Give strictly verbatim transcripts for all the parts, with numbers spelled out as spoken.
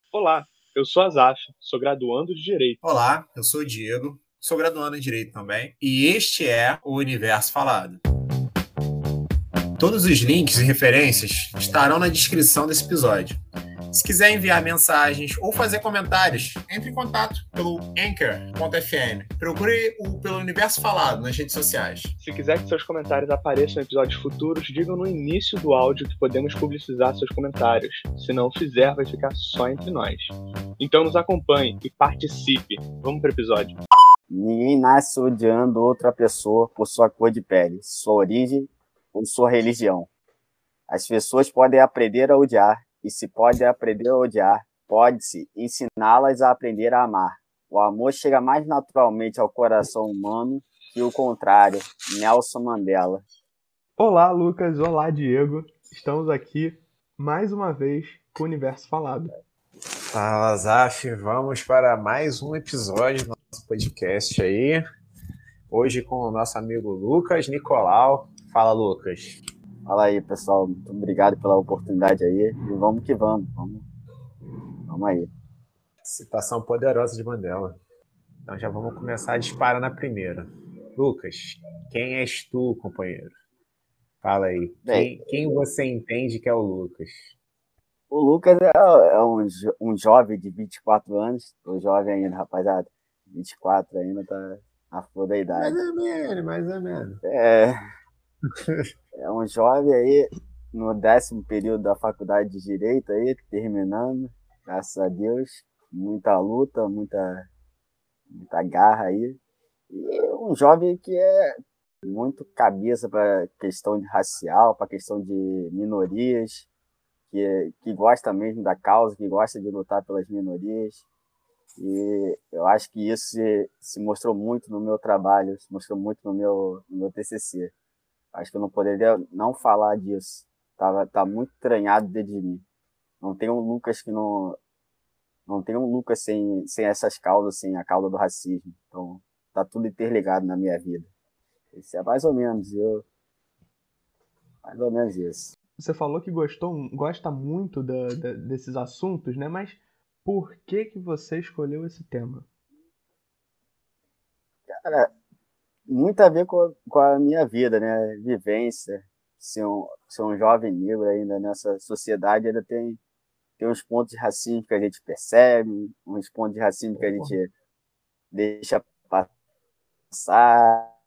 Olá, eu sou Azaf, sou graduando de Direito. Olá, eu sou o Diego, sou graduando em Direito também, e este é o Universo Falado. Todos os links e referências estarão na descrição desse episódio. Se quiser enviar mensagens ou fazer comentários, entre em contato pelo anchor ponto f m. Procure o pelo Universo Falado nas redes sociais. Se quiser que seus comentários apareçam em episódios futuros, digam no início do áudio que podemos publicizar seus comentários. Se não fizer, vai ficar só entre nós. Então nos acompanhe e participe. Vamos para o episódio. Ninguém nasce odiando outra pessoa por sua cor de pele, sua origem ou sua religião. As pessoas podem aprender a odiar, e se podem aprender a odiar, pode-se ensiná-las a aprender a amar. O amor chega mais naturalmente ao coração humano que o contrário. Nelson Mandela. Olá, Lucas. Olá, Diego. Estamos aqui mais uma vez com o Universo Falado. Fala, Zaf, vamos para mais um episódio do nosso podcast aí. Hoje com o nosso amigo Lucas Nicolau. Fala, Lucas. Fala aí, pessoal. Muito obrigado pela oportunidade aí. E vamos que vamos. Vamos, vamos aí. Citação poderosa de Mandela. Então já vamos começar a disparar na primeira. Lucas, quem és tu, companheiro? Fala aí. Bem, Quem, quem você entende que é o Lucas? O Lucas é, é um, jo- um jovem de vinte e quatro anos. Tô jovem ainda, rapaziada. vinte e quatro ainda tá na flor da Mais idade. ou menos, mais ou menos. É, é um jovem aí no décimo período da faculdade de Direito aí, terminando, graças a Deus. Muita luta, muita, muita garra aí. E um jovem que é muito cabeça para questão de racial, para questão de minorias, que, que gosta mesmo da causa, que gosta de lutar pelas minorias. E eu acho que isso se, se mostrou muito no meu trabalho, se mostrou muito no meu, no meu T C C. Acho que eu não poderia não falar disso. Tava, tá muito entranhado dentro de mim. Não tem um Lucas que não. Não tem um Lucas sem, sem essas causas, sem a causa do racismo. Então, tá tudo interligado na minha vida. Isso é mais ou menos, eu. Mais ou menos isso. Você falou que gostou, gosta muito da- da- desses assuntos, né? Mas por que que você escolheu esse tema? Cara, muito a ver com, com a minha vida, né? Vivência. Ser um, ser um jovem negro ainda nessa sociedade ainda tem, tem uns pontos de racismo que a gente percebe, uns pontos de racismo que a gente deixa passar.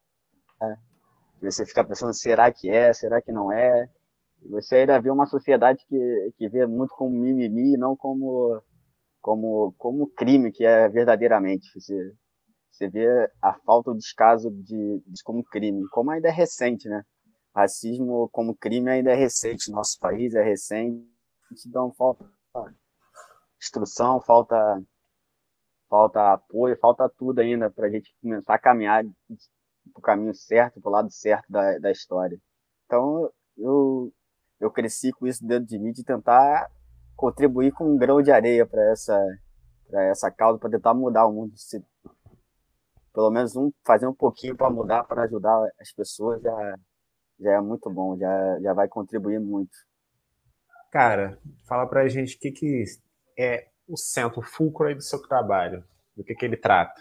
Você fica pensando, será que é, será que não é? Você ainda vê uma sociedade que, que vê muito como mimimi e não como, como, como crime que é verdadeiramente. Você, você vê a falta, o descaso de, de como crime, como ainda é recente, né? Racismo como crime ainda é recente, nosso país é recente, então falta instrução, falta, falta apoio, falta tudo ainda para a gente começar a caminhar para o caminho certo, para o lado certo da, da história. Então, eu, eu cresci com isso dentro de mim, de tentar contribuir com um grão de areia para essa, para essa causa, para tentar mudar o mundo. Se, pelo menos um, fazer um pouquinho para mudar, para ajudar as pessoas, já, já é muito bom, já, já vai contribuir muito. Cara, fala pra gente o que, que é o centro, o fulcro aí do seu trabalho, do que, que ele trata.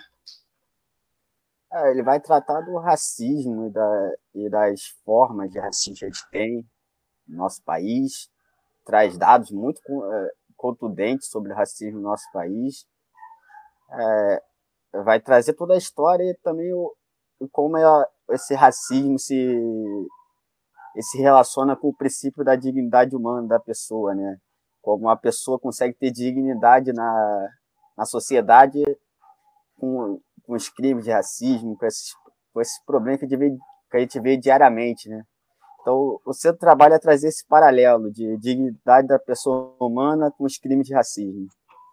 É, ele vai tratar do racismo e, da, e das formas de racismo que a gente tem no nosso país, traz dados muito é, contundentes sobre o racismo no nosso país, é, vai trazer toda a história e também o, como é, esse racismo se, se relaciona com o princípio da dignidade humana da pessoa, né? Como a pessoa consegue ter dignidade na, na sociedade com, com os crimes de racismo, com esses, com esses problemas que a, gente vê, que a gente vê diariamente, né? Então, o seu trabalho é trazer esse paralelo de dignidade da pessoa humana com os crimes de racismo.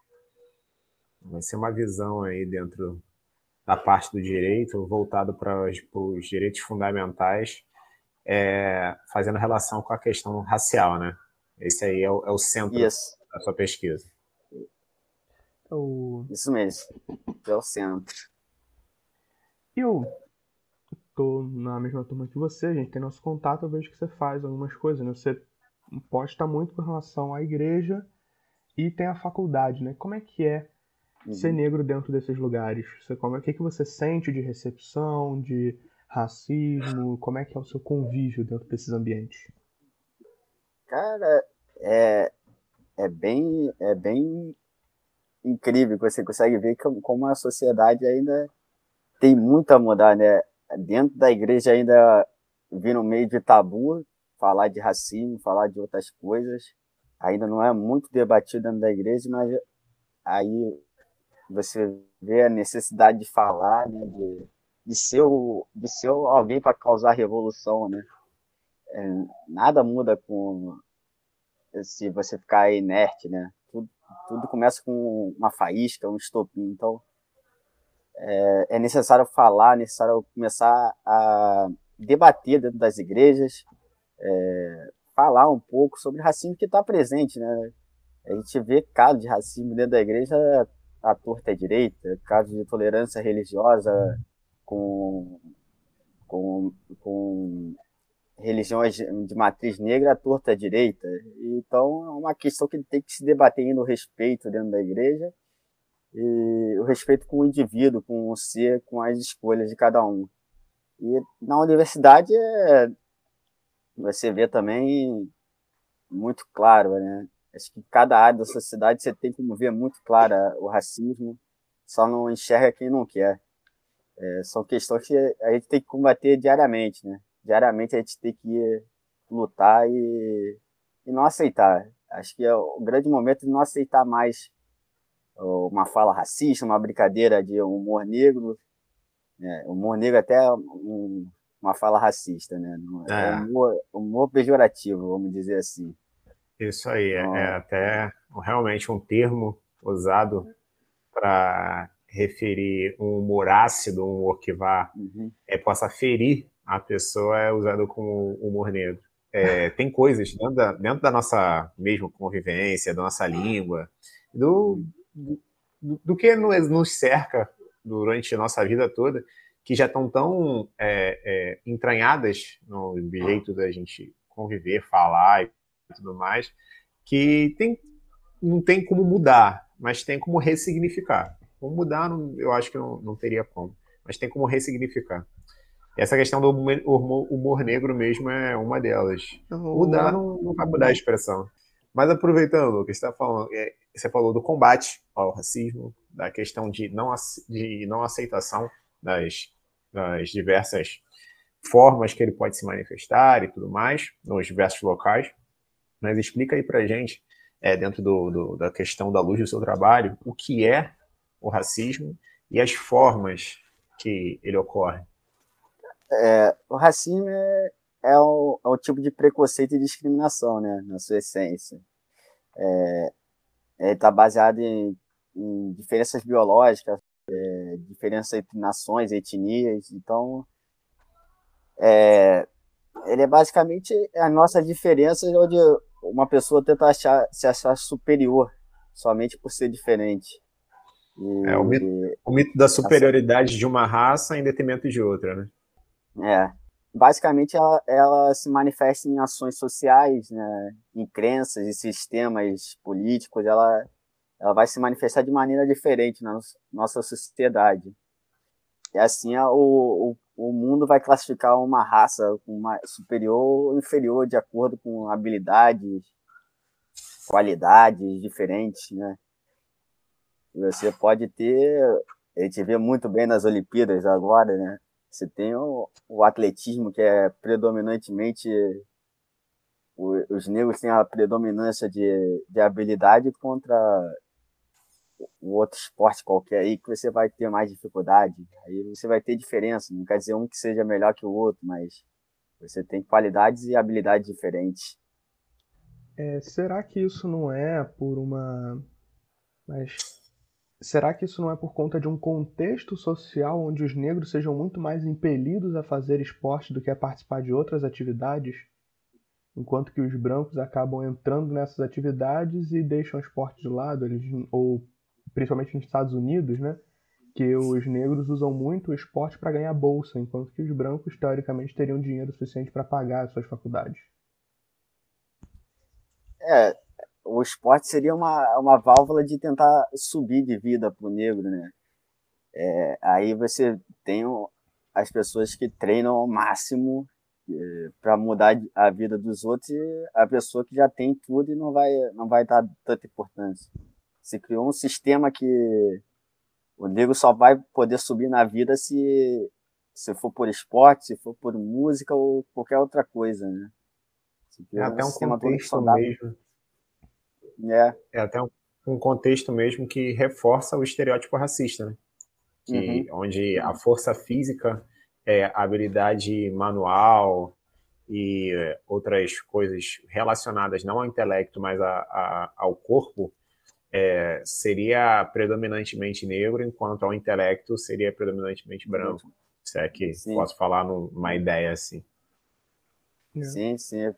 Vai ser uma visão aí dentro da parte do direito, voltado para os direitos fundamentais, é, fazendo relação com a questão racial, né? Esse aí é o, é o centro Isso, da sua pesquisa. O... isso mesmo. É o centro. Eu tô na mesma turma que você, a gente tem nosso contato, eu vejo que você faz algumas coisas, né? Você posta muito com relação à igreja e tem a faculdade, né? Como é que é Uhum. ser negro dentro desses lugares? Você, como, o que, que você sente de recepção, de racismo? Como é que é o seu convívio dentro desses ambientes? Cara, é, é bem, é bem incrível que você consegue ver como, como a sociedade ainda tem muito a mudar, né? Dentro da igreja ainda vira um meio de tabu falar de racismo, falar de outras coisas. Ainda não é muito debatido dentro da igreja, mas aí você vê a necessidade de falar, né? De, de ser, o, de ser alguém para causar revolução, né? É, nada muda com se você ficar inerte, né? Tudo, tudo começa com uma faísca, um estopim. Então, é, é necessário falar, é necessário começar a debater dentro das igrejas, é, falar um pouco sobre racismo que está presente, né? A gente vê casos de racismo dentro da igreja à torta e à direita, casos de tolerância religiosa com, com, com religiões de matriz negra à torta à direita. Então, é uma questão que tem que se debater ainda o respeito dentro da igreja e o respeito com o indivíduo, com o ser, com as escolhas de cada um. E na universidade é, você vê também muito claro, né? Acho que cada área da sociedade você tem como ver muito claro o racismo, só não enxerga quem não quer. É, são questões que a gente tem que combater diariamente, né? Diariamente a gente tem que lutar e, e não aceitar. Acho que é o grande momento de não aceitar mais uma fala racista, uma brincadeira de humor negro, né? Humor negro é até um, uma fala racista, né? É É, humor, humor pejorativo, vamos dizer assim. isso aí. É, é Então, até realmente um termo usado para referir um humor ácido, um humor que vá, uhum, é, possa ferir a pessoa, é usado como humor negro. É, tem coisas dentro da, dentro da nossa mesmo convivência, da nossa língua, do, uhum, do, do que nos, nos cerca durante a nossa vida toda, que já estão tão é, é, entranhadas no jeito da gente conviver, falar e tudo mais, que tem, não tem como mudar, mas tem como ressignificar. Como mudar, não, eu acho que não, não teria como, mas tem como ressignificar. E essa questão do humor, humor negro mesmo é uma delas. Mudar O- não, não vai mudar a expressão. Mas aproveitando, Lucas, você, tá falando, é, você falou do combate ao racismo, da questão de não, de não aceitação das, das diversas formas que ele pode se manifestar e tudo mais, nos diversos locais. Mas explica aí pra gente, é, dentro do, do, da questão da luz do seu trabalho, o que é o racismo e as formas que ele ocorre. é, o racismo é, é, o, é o tipo de preconceito e discriminação, né? Na sua essência. Ele está baseado em, em diferenças biológicas, é, diferença entre nações, etnias. Então, é, ele é basicamente a nossa diferença onde uma pessoa tenta achar, se achar superior somente por ser diferente. É o mito, E o mito da essa, superioridade de uma raça em detrimento de outra, né? é, basicamente ela, ela se manifesta em ações sociais, né, em crenças e sistemas políticos. Ela, ela vai se manifestar de maneira diferente na nossa sociedade. E assim a, o, o, o mundo vai classificar uma raça uma superior ou inferior de acordo com habilidades, qualidades diferentes, né? E você pode ter, a gente vê muito bem nas Olimpíadas agora, né? Você tem o, o atletismo que é predominantemente o, os negros têm a predominância de, de habilidade contra o outro esporte qualquer aí que você vai ter mais dificuldade. Aí você vai ter diferença. Não quer dizer um que seja melhor que o outro, mas você tem qualidades e habilidades diferentes. é, será que isso não é por uma. Mas será que isso não é por conta de um contexto social onde os negros sejam muito mais impelidos a fazer esporte do que a participar de outras atividades, enquanto que os brancos acabam entrando nessas atividades e deixam o esporte de lado, eles, ou principalmente nos Estados Unidos, né? Que os negros usam muito o esporte para ganhar bolsa, enquanto que os brancos teoricamente teriam dinheiro suficiente para pagar as suas faculdades. É, o esporte seria uma, uma válvula de tentar subir de vida para o negro, né? É, aí você tem o, as pessoas que treinam ao máximo para mudar a vida dos outros e a pessoa que já tem tudo e não vai, não vai dar tanta importância. Se criou um sistema que o negro só vai poder subir na vida se, se for por esporte, se for por música ou qualquer outra coisa, né? Se É criou um até um sistema todo que só contexto dá... mesmo. É. É até um, um contexto mesmo que reforça o estereótipo racista, né? Que, Uhum. onde a força física, é, a habilidade manual e é, outras coisas relacionadas não ao intelecto, mas a, a, ao corpo, é, seria predominantemente negro, enquanto ao intelecto seria predominantemente branco. Se é que Sim. posso falar numa ideia assim. Sim, sim.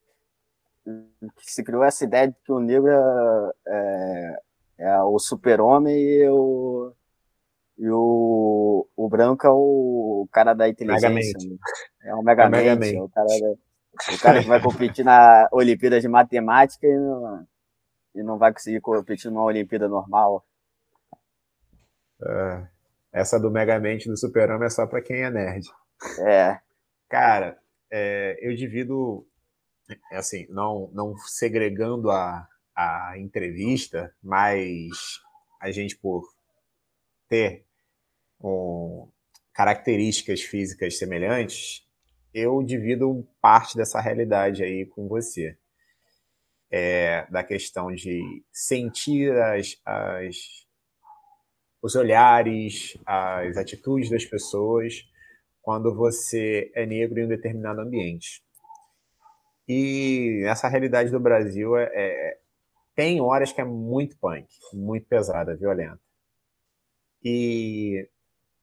Se criou essa ideia de que o negro é, é o super-homem e o, e o, o branco é o cara da inteligência. Megamente. É o É Megamente, é o cara, da, o cara que vai competir na Olimpíada de Matemática e não, e não vai conseguir competir numa Olimpíada normal. É, essa do Megamente do Super-Homem é só para quem é nerd. É. Cara, é, eu divido, assim, não, não segregando a, a entrevista, mas a gente, por ter um, características físicas semelhantes, eu divido parte dessa realidade aí com você. É, da questão de sentir as, as, os olhares, as atitudes das pessoas quando você é negro em um determinado ambiente. E essa realidade do Brasil é, é, tem horas que é muito punk, muito pesada, violenta. E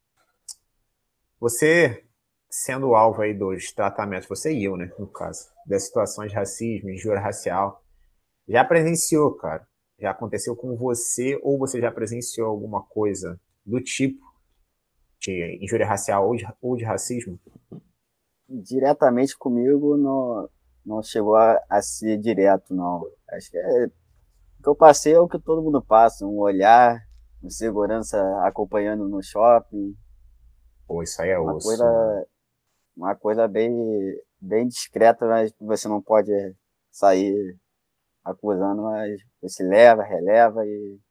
você, sendo alvo aí dos tratamentos, você e eu, né, no caso, das situações de racismo, injúria racial, já presenciou, cara? Já aconteceu com você ou você já presenciou alguma coisa do tipo de injúria racial ou de, ou de racismo? Diretamente comigo não, não chegou a, a ser direto, não. Acho que é, o que eu passei é o que todo mundo passa, um olhar, um segurança acompanhando no shopping. Pô, isso aí é Uma osso, mano. coisa, uma coisa bem, bem discreta, mas você não pode sair acusando, mas você leva, releva e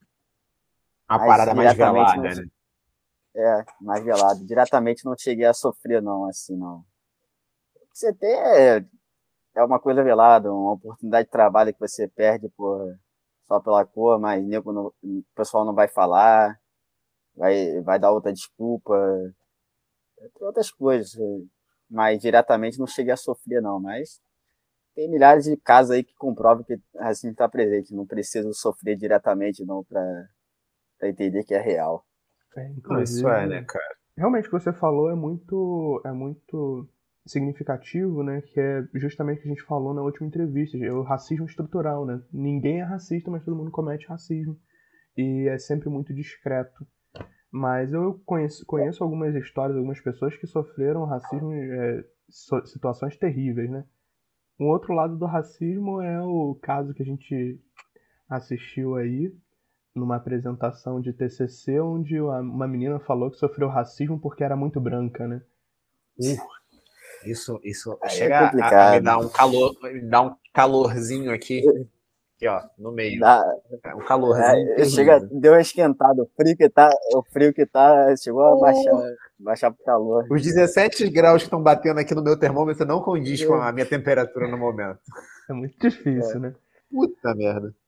Uma mas parada mais diretamente não velada, né? é mais velado. Diretamente não cheguei a sofrer não, assim não. Você tem é, é uma coisa velada, uma oportunidade de trabalho que você perde por só pela cor, mas nego não, o pessoal não vai falar, vai vai dar outra desculpa, outras coisas, mas diretamente não cheguei a sofrer não, mas tem milhares de casos aí que comprovam que assim está presente, não preciso sofrer diretamente não para entender que é real. É, Não, isso é, né, inclusive, cara? realmente o que você falou é muito, é muito significativo, né? Que é justamente o que a gente falou na última entrevista, é o racismo estrutural, né? Ninguém é racista, mas todo mundo comete racismo. E é sempre muito discreto. Mas eu conheço, conheço algumas histórias, algumas pessoas que sofreram racismo, é, so- situações terríveis, né? Um outro lado do racismo é o caso que a gente assistiu aí, numa apresentação de T C C, onde uma menina falou que sofreu racismo porque era muito branca, né? Uh, isso, isso Aí é chega a, a me complicado. dar um calor, me dar um calorzinho aqui, aqui, ó, no meio. Dá, É um calorzinho é, chega, terrível. deu uma esquentada. O frio que tá, o frio que tá chegou a baixar, baixar pro calor. Os dezessete graus que estão batendo aqui no meu termômetro não condiz com a minha temperatura no momento. É muito difícil, É, né? Puta merda.